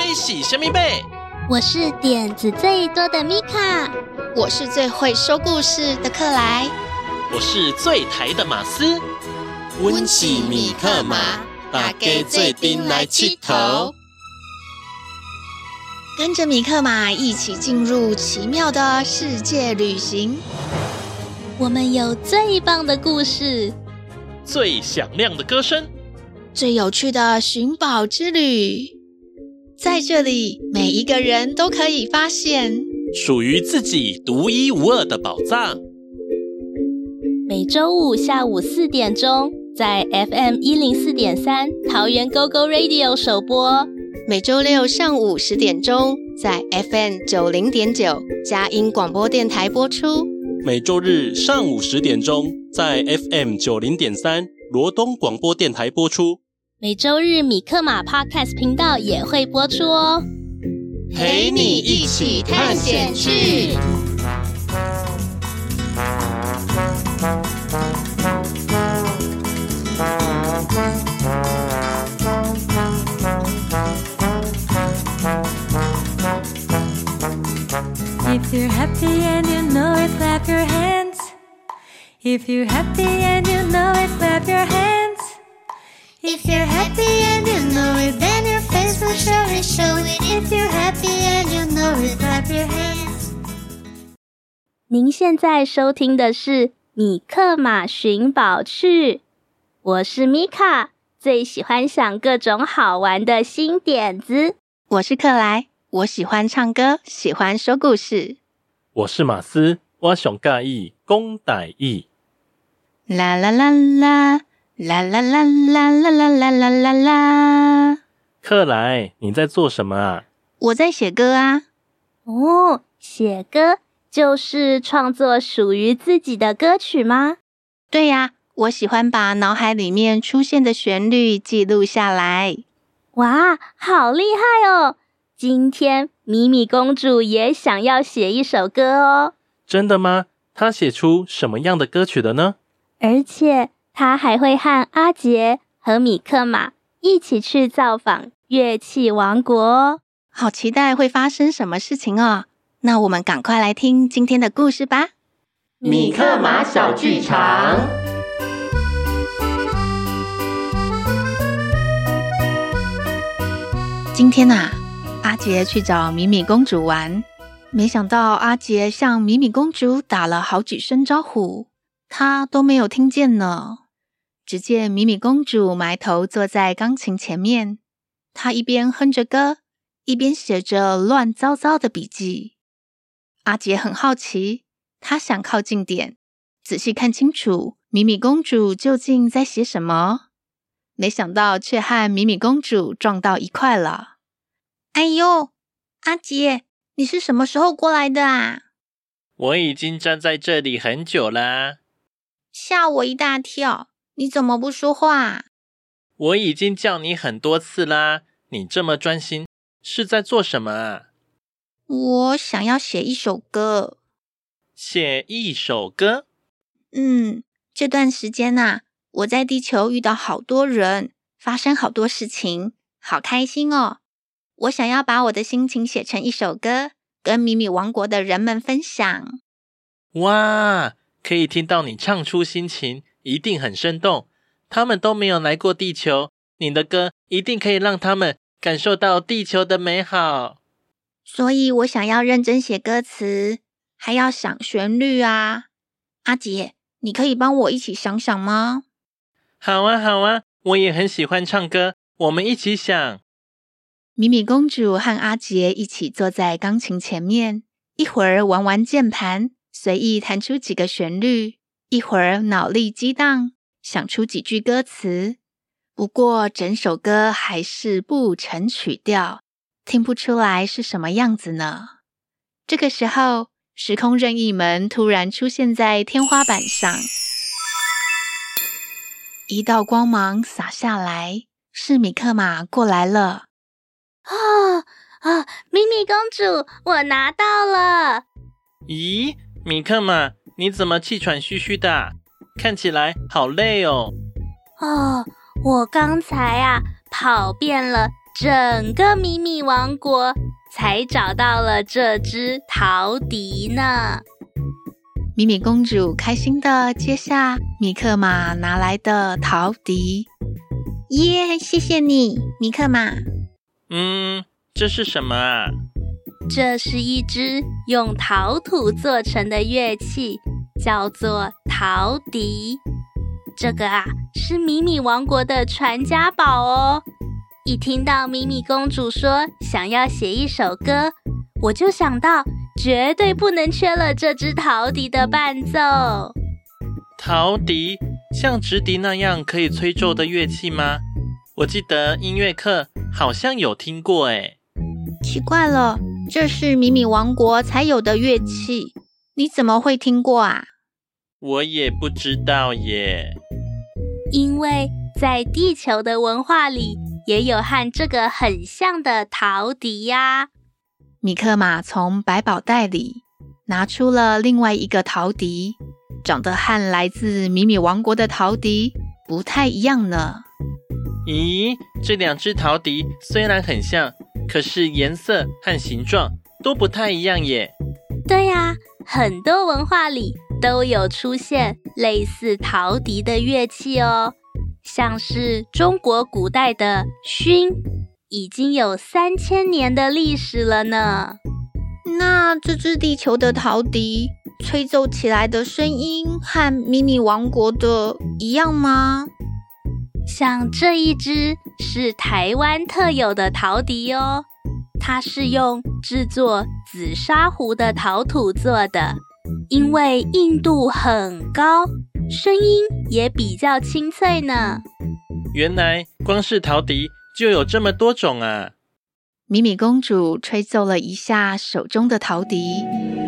你是什么贝？ 我是点子最多的米卡， 我是最会说故事的克莱， 我是最台的马斯。 阮是米克马，大家做阵来佚佗。 跟着米克马一起进入奇妙的世界旅行。 我们有最棒的故事， 最响亮的歌声， 最有趣的寻宝之旅。在这里，每一个人都可以发现属于自己独一无二的宝藏。 每周五下午4点钟，在 FM 104.3桃园 GoGo Radio 首播； 每周六上午10点钟，在 FM 90.9佳音广播电台播出； 每周日上午10点钟，在 FM 90.3罗东广播电台播出。 每周日米克马 Podcast 频道也会播出哦， 陪你一起探险去。 If you're happy and you know it, clap your hands. If you're happy and you know it, clap your hands.If you're happy and you know it, then your face will surely show it. If you're happy and you know it, clap your hands. 您现在收听的是米克马寻宝趣，我是米卡，最喜欢想各种好玩的新点子。 我是克莱，我喜欢唱歌，喜欢说故事。 我是马斯，我上喜意讲台语。 啦啦啦啦。啦啦啦啦啦啦啦啦啦啦！ 克莱，你在做什么啊？ 我在写歌啊。 哦，写歌就是创作属于自己的歌曲吗？ 对呀，我喜欢把脑海里面出现的旋律记录下来。 哇，好厉害哦！今天米米公主也想要写一首歌哦。 真的吗？她写出什么样的歌曲的呢？ 而且他还会和阿杰和米克马一起去造访乐器王国哦， 好期待会发生什么事情哦！那我们赶快来听今天的故事吧。 米克马小剧场。 今天啊，阿杰去找米米公主玩，没想到阿杰向米米公主打了好几声招呼，她都没有听见呢。只见米米公主埋头坐在钢琴前面，她一边哼着歌，一边写着乱糟糟的笔记。阿杰很好奇，他想靠近点，仔细看清楚米米公主究竟在写什么，没想到却和米米公主撞到一块了。哎呦，阿杰，你是什么时候过来的啊？ 我已经站在这里很久啦。 吓我一大跳。你怎么不说话？ 我已经叫你很多次啦，你这么专心，是在做什么啊？ 我想要写一首歌。 写一首歌？ 这段时间啊，我在地球遇到好多人，发生好多事情，好开心哦。我想要把我的心情写成一首歌，跟米米王国的人们分享。 哇，可以听到你唱出心情，一定很生动，他们都没有来过地球，你的歌一定可以让他们感受到地球的美好。 所以我想要认真写歌词，还要想旋律啊。阿杰，你可以帮我一起想想吗？ 好啊，好啊，我也很喜欢唱歌，我们一起想。 米米公主和阿杰一起坐在钢琴前面，一会儿玩玩键盘，随意弹出几个旋律，一会儿脑力激荡，想出几句歌词。不过整首歌还是不成曲调，听不出来是什么样子呢。这个时候，时空任意门突然出现在天花板上，一道光芒洒下来，是米克马过来了。 米米公主，我拿到了。 咦，米克马，你怎么气喘吁吁的啊？看起来好累哦。 我刚才跑遍了整个咪咪王国才找到了这只陶笛呢。 米米公主开心地接下米克马拿来的陶笛。耶，谢谢你，米克马。 这是什么啊？ 这是一支用陶土做成的乐器，叫做陶笛。这个啊，是米米王国的传家宝哦。一听到咪咪公主说想要写一首歌，我就想到绝对不能缺了这支陶笛的伴奏。 陶笛像直笛那样可以吹奏的乐器吗？我记得音乐课好像有听过诶。 奇怪了，这是米米王国才有的乐器，你怎么会听过啊？ 我也不知道耶。 因为在地球的文化里也有和这个很像的陶笛呀。 米克马从百宝袋里拿出了另外一个陶笛，长得和来自米米王国的陶笛不太一样呢。 咦，这两只陶笛虽然很像，可是颜色和形状都不太一样耶。 对呀，很多文化里都有出现类似陶笛的乐器哦，像是中国古代的埙，已经有3000年的历史了呢。 那这只地球的陶笛吹奏起来的声音和米米王国的一样吗？ 像这一只是台湾特有的陶笛哦，它是用制作紫砂壶的陶土做的，因为硬度很高，声音也比较清脆呢。 原来光是陶笛就有这么多种啊！ 米米公主吹奏了一下手中的陶笛，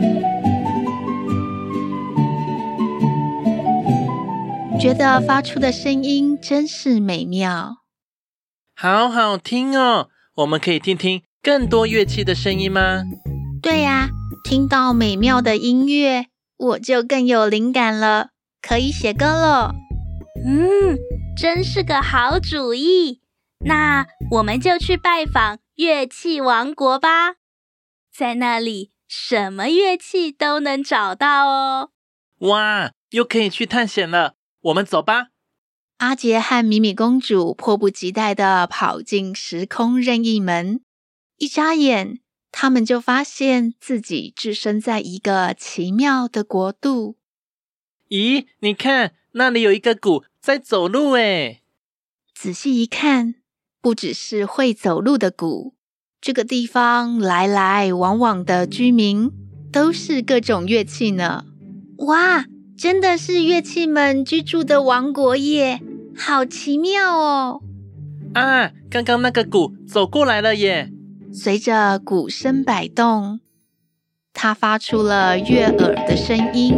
觉得发出的声音真是美妙。 好好听哦，我们可以听听更多乐器的声音吗？ 对呀，听到美妙的音乐，我就更有灵感了，可以写歌了。 真是个好主意。那我们就去拜访乐器王国吧，在那里什么乐器都能找到哦。 哇，又可以去探险了，我们走吧。 阿杰和米米公主迫不及待地跑进时空任意门，一眨眼，他们就发现自己置身在一个奇妙的国度。 咦，你看，那里有一个鼓在走路诶。 仔细一看，不只是会走路的鼓，这个地方来来往往的居民都是各种乐器呢。哇，真的是乐器们居住的王国耶，好奇妙哦！ 啊，刚刚那个鼓走过来了耶！ 随着鼓声摆动，它发出了悦耳的声音。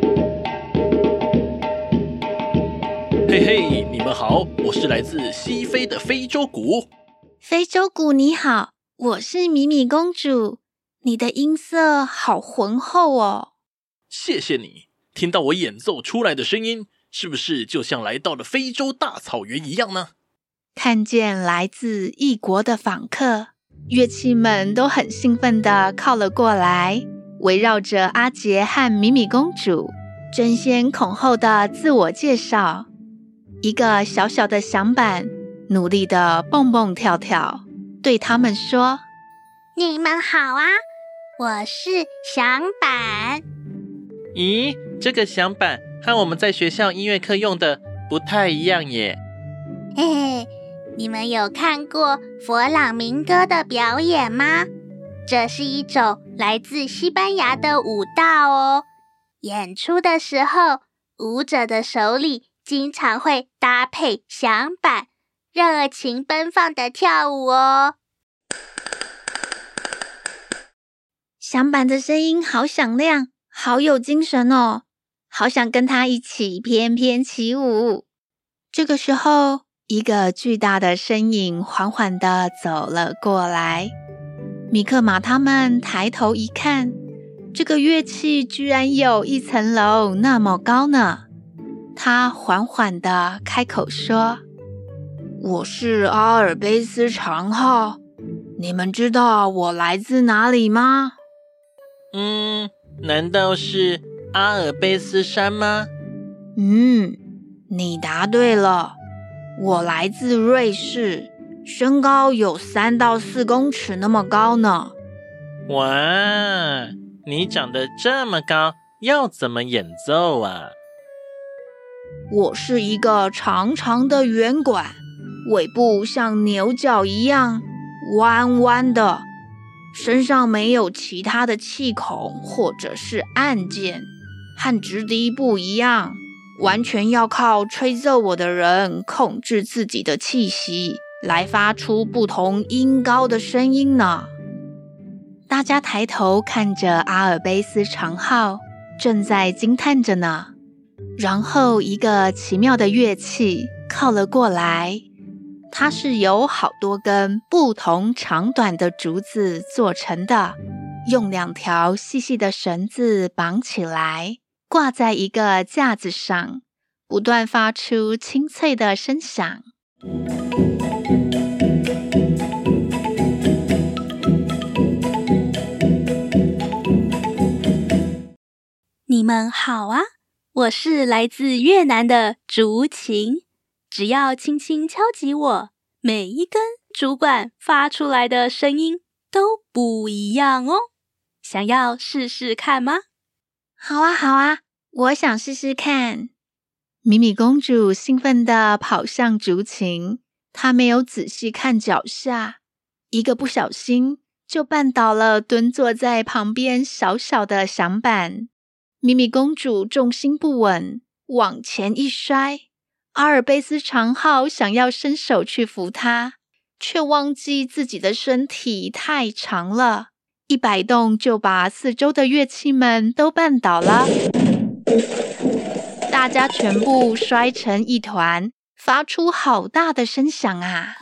嘿嘿，你们好，我是来自西非的非洲鼓。 非洲鼓你好，我是米米公主，你的音色好浑厚哦。 谢谢你，听到我演奏出来的声音，是不是就像来到了非洲大草原一样呢？ 看见来自异国的访客，乐器们都很兴奋地靠了过来，围绕着阿杰和米米公主，争先恐后的自我介绍。一个小小的响板努力地蹦蹦跳跳，对他们说： 你们好啊，我是响板。 咦，这个响板和我们在学校音乐课用的不太一样耶。 嘿嘿，你们有看过佛朗明哥的表演吗？这是一种来自西班牙的舞蹈哦。演出的时候，舞者的手里经常会搭配响板，热情奔放的跳舞哦。 响板的声音好响亮，好有精神哦，好想跟他一起翩翩起舞。这个时候，一个巨大的身影缓缓地走了过来。米克马他们抬头一看，这个乐器居然有1层楼那么高呢。他缓缓地开口说： 我是阿尔卑斯长号，你们知道我来自哪里吗？ 难道是阿尔卑斯山吗？ 你答对了，我来自瑞士，身高有3到4公尺那么高呢。 哇，你长得这么高，要怎么演奏啊？ 我是一个长长的圆管，尾部像牛角一样弯弯的，身上没有其他的气孔或者是按键，和直笛不一样，完全要靠吹奏我的人控制自己的气息，来发出不同音高的声音呢。大家抬头看着阿尔卑斯长号，正在惊叹着呢。然后一个奇妙的乐器靠了过来，它是由好多根不同长短的竹子做成的，用2条细细的绳子绑起来，挂在一个架子上，不断发出清脆的声响。 你们好啊，我是来自越南的竹琴，只要轻轻敲击我，每一根竹管发出来的声音都不一样哦。想要试试看吗？ 好啊，好啊，我想试试看。米米公主兴奋地跑向竹琴，她没有仔细看脚下，一个不小心就绊倒了蹲坐在旁边小小的响板。米米公主重心不稳，往前一摔，阿尔卑斯长号想要伸手去扶她，却忘记自己的身体太长了，一摆动就把四周的乐器们都绊倒了，大家全部摔成一团，发出好大的声响啊！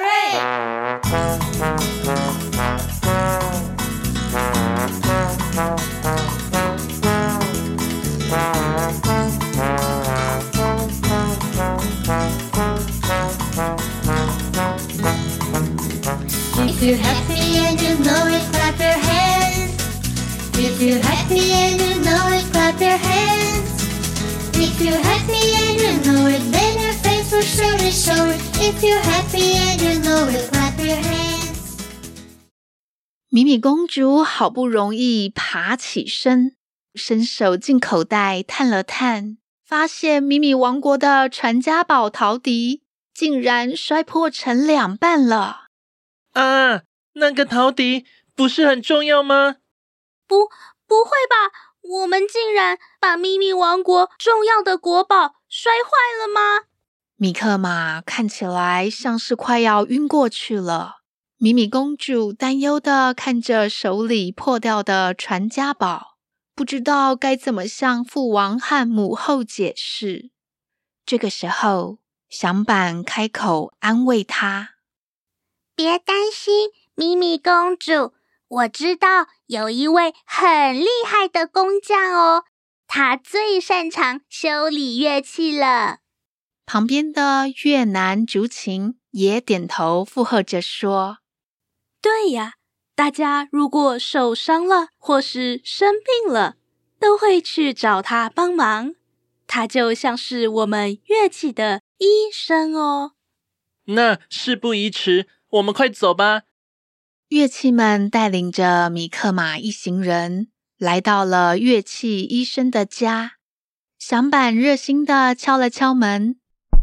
If you're happy and you know it, clap your hands. If you're happy and you know it, clap your hands. If you're happy and you know it, then your face will surely show it. If you're happy and you know it, clap your hands. 米米公主好不容易爬起身，伸手进口袋探了探，发现米米王国的传家宝陶笛竟然摔破成2半了。 啊，那个陶笛不是很重要吗？ 不会吧，我们竟然把咪咪王国重要的国宝摔坏了吗？ 米克玛看起来像是快要晕过去了。米米公主担忧地看着手里破掉的传家宝，不知道该怎么向父王和母后解释。这个时候，响板开口安慰她： 别担心，咪咪公主，我知道有一位很厉害的工匠哦，他最擅长修理乐器了。 旁边的越南竹琴也点头附和着说： 对呀，大家如果受伤了或是生病了，都会去找他帮忙，他就像是我们乐器的医生哦。 那事不宜迟，我们快走吧。 乐器们带领着米克玛一行人来到了乐器医生的家，响板热心地敲了敲门。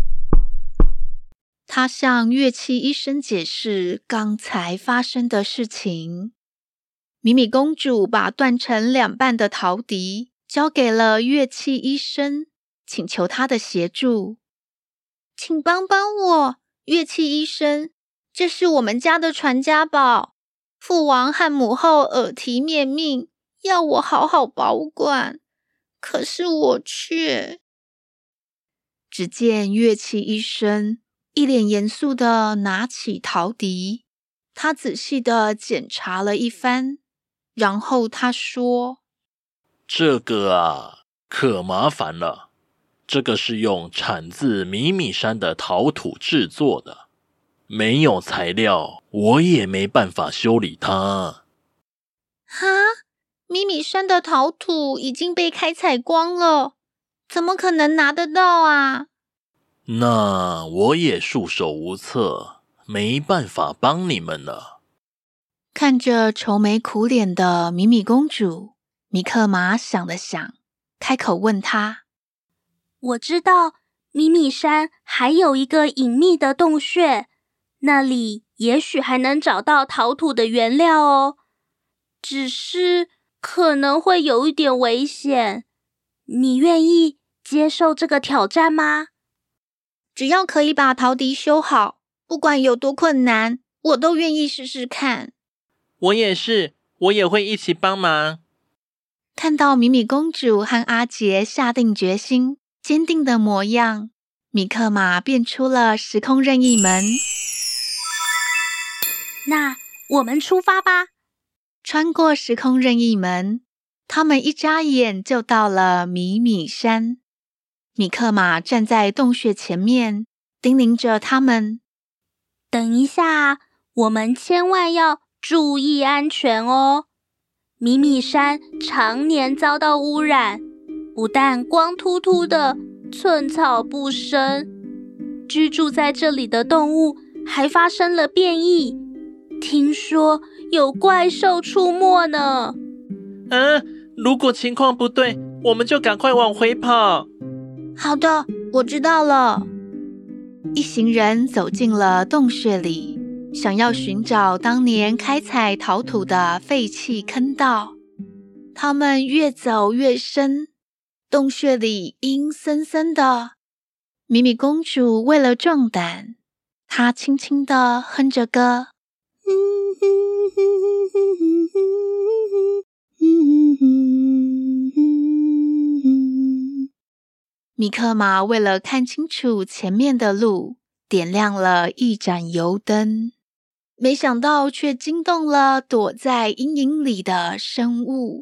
他向乐器医生解释刚才发生的事情。米米公主把断成2半的陶笛交给了乐器医生，请求他的协助。请帮帮我，乐器医生，这是我们家的传家宝，父王和母后耳提面命，要我好好保管，可是我却……只见乐器医生一脸严肃地拿起陶笛，他仔细地检查了一番，然后他说： 这个啊，可麻烦了。这个是用产自米米山的陶土制作的， 没有材料，我也没办法修理它。 哈，米米山的陶土已经被开采光了，怎么可能拿得到啊？ 那我也束手无策，没办法帮你们了。 看着愁眉苦脸的米米公主，米克玛想了想，开口问她： 我知道米米山还有一个隐秘的洞穴，那里也许还能找到陶土的原料哦，只是可能会有一点危险。你愿意接受这个挑战吗？ 只要可以把陶笛修好，不管有多困难，我都愿意试试看。 我也是，我也会一起帮忙。 看到米米公主和阿杰下定决心，坚定的模样，米克玛变出了时空任意门。 那我们出发吧。 穿过时空任意门，他们一眨眼就到了米米山。米克玛站在洞穴前面，叮咛着他们： 等一下，我们千万要注意安全哦。米米山常年遭到污染，不但光秃秃的，寸草不生，居住在这里的动物还发生了变异，听说有怪兽出没呢。 如果情况不对，我们就赶快往回跑。 好的，我知道了。一行人走进了洞穴里，想要寻找当年开采陶土的废弃坑道。他们越走越深，洞穴里阴森森的。米米公主为了壮胆，她轻轻地哼着歌。米克玛为了看清楚前面的路，点亮了一盏油灯，没想到却惊动了躲在阴影里的生物。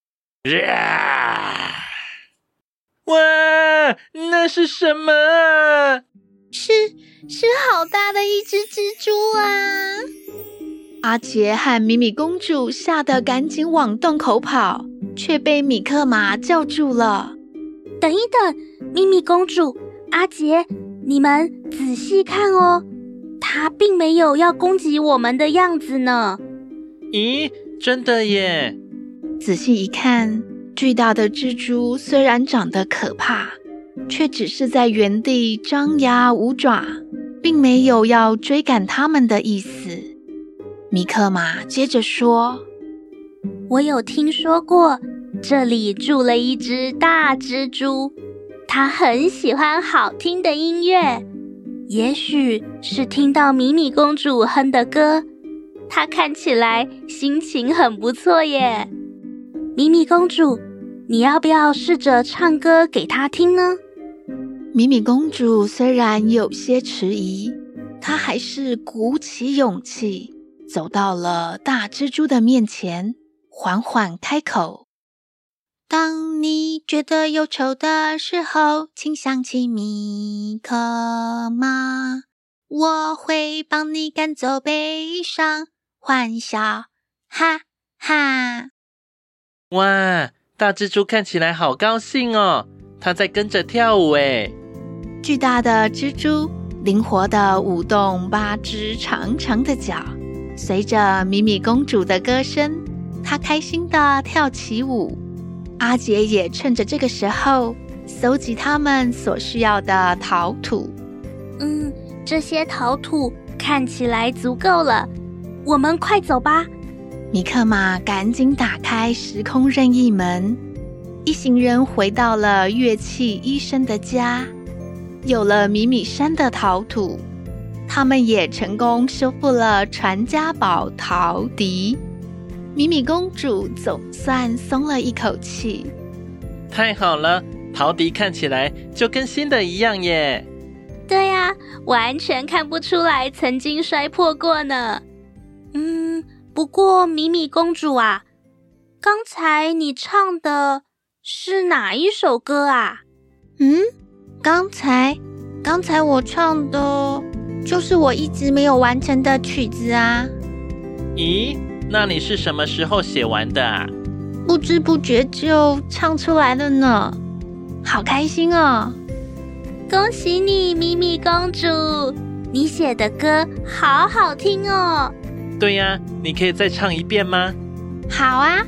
哇，那是什么啊？ 是好大的一只蜘蛛啊！阿杰和米米公主吓得赶紧往洞口跑，却被米克玛叫住了。 等一等，咪咪公主，阿杰，你们仔细看哦，它并没有要攻击我们的样子呢。 咦，真的耶！ 仔细一看，巨大的蜘蛛虽然长得可怕，却只是在原地张牙舞爪，并没有要追赶他们的意思。米克玛接着说： 我有听说过，这里住了一只大蜘蛛，它很喜欢好听的音乐，也许是听到米米公主哼的歌，它看起来心情很不错耶。米米公主，你要不要试着唱歌给她听呢？ 米米公主虽然有些迟疑，她还是鼓起勇气，走到了大蜘蛛的面前，缓缓开口：当你觉得忧愁的时候，请想起米克玛，我会帮你赶走悲伤，欢笑，哈哈。 哇，大蜘蛛看起来好高兴哦，它在跟着跳舞耶。 巨大的蜘蛛灵活地舞动8只长长的脚，随着米米公主的歌声，她开心地跳起舞。阿杰也趁着这个时候搜集他们所需要的陶土。 这些陶土看起来足够了，我们快走吧。 米克玛赶紧打开时空任意门，一行人回到了乐器医生的家。有了米米山的陶土，他们也成功修复了传家宝陶笛。米米公主总算松了一口气。 太好了，陶笛看起来就跟新的一样耶。 对啊，完全看不出来曾经摔破过呢。不过米米公主啊，刚才你唱的是哪一首歌啊？ 刚才我唱的就是我一直没有完成的曲子啊。 咦，那你是什么时候写完的啊？ 不知不觉就唱出来了呢，好开心哦！ 恭喜你，咪咪公主，你写的歌好好听哦。 对呀，你可以再唱一遍吗？ 好啊。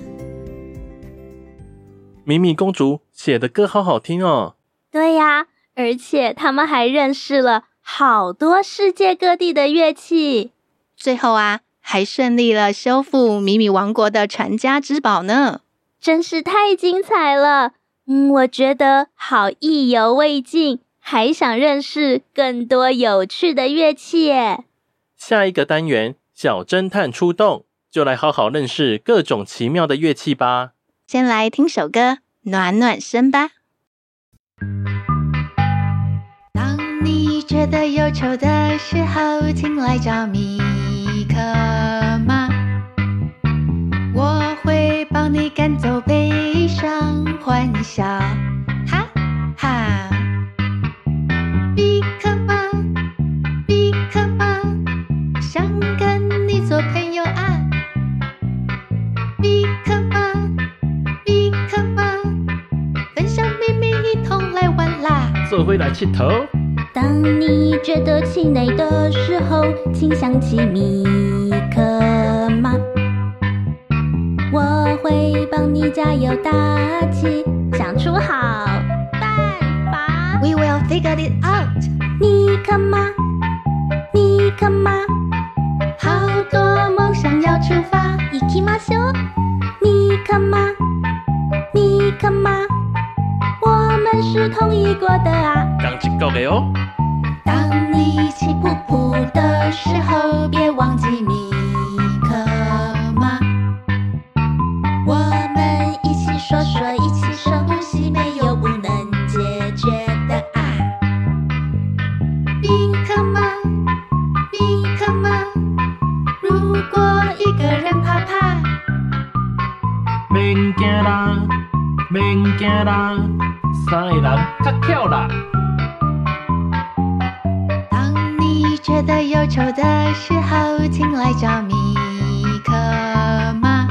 咪咪公主写的歌好好听哦。 对呀，而且他们还认识了好多世界各地的乐器。 最后啊，还顺利了修复米米王国的传家之宝呢。 真是太精彩了。我觉得好意犹未尽，还想认识更多有趣的乐器耶。 下一个单元小侦探出动，就来好好认识各种奇妙的乐器吧。 先来听首歌暖暖身吧。当你觉得忧愁的时候，请来找米克马，我会帮你赶走悲伤，欢笑，哈哈。米克马，米克马，想跟你做朋友啊。米克马，米克马，分享秘密一同来玩啦。 做回来佚佗。 当你觉得气馁的时候，请想起米克马，我会帮你加油打气，想出好办法。 We will figure it out。 米克马，米克马， 好多梦想要出发。 行きましょう。米克马，米克马，我们是同一国的啊。 讲一个的哦。 当你气噗噗的时候，别忘记米克马，我们一起说说，一起深呼吸，没有不能解决的啊。米克马，米克马，如果一个人怕怕， 免惊啦，免惊啦，三个人较巧啦。 当你觉得忧愁的时候，请来找米克马，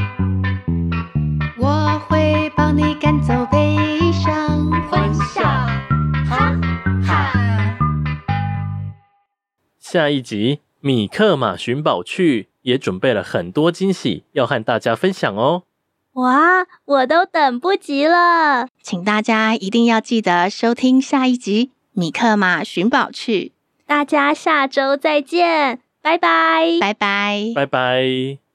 我会帮你赶走悲伤，欢笑，哈哈。 下一集米克马寻宝趣也准备了很多惊喜要和大家分享哦。 哇，我都等不及了！ 请大家一定要记得收听下一集《米克马寻宝趣》。 大家下周再见，拜拜， 拜拜， 拜拜。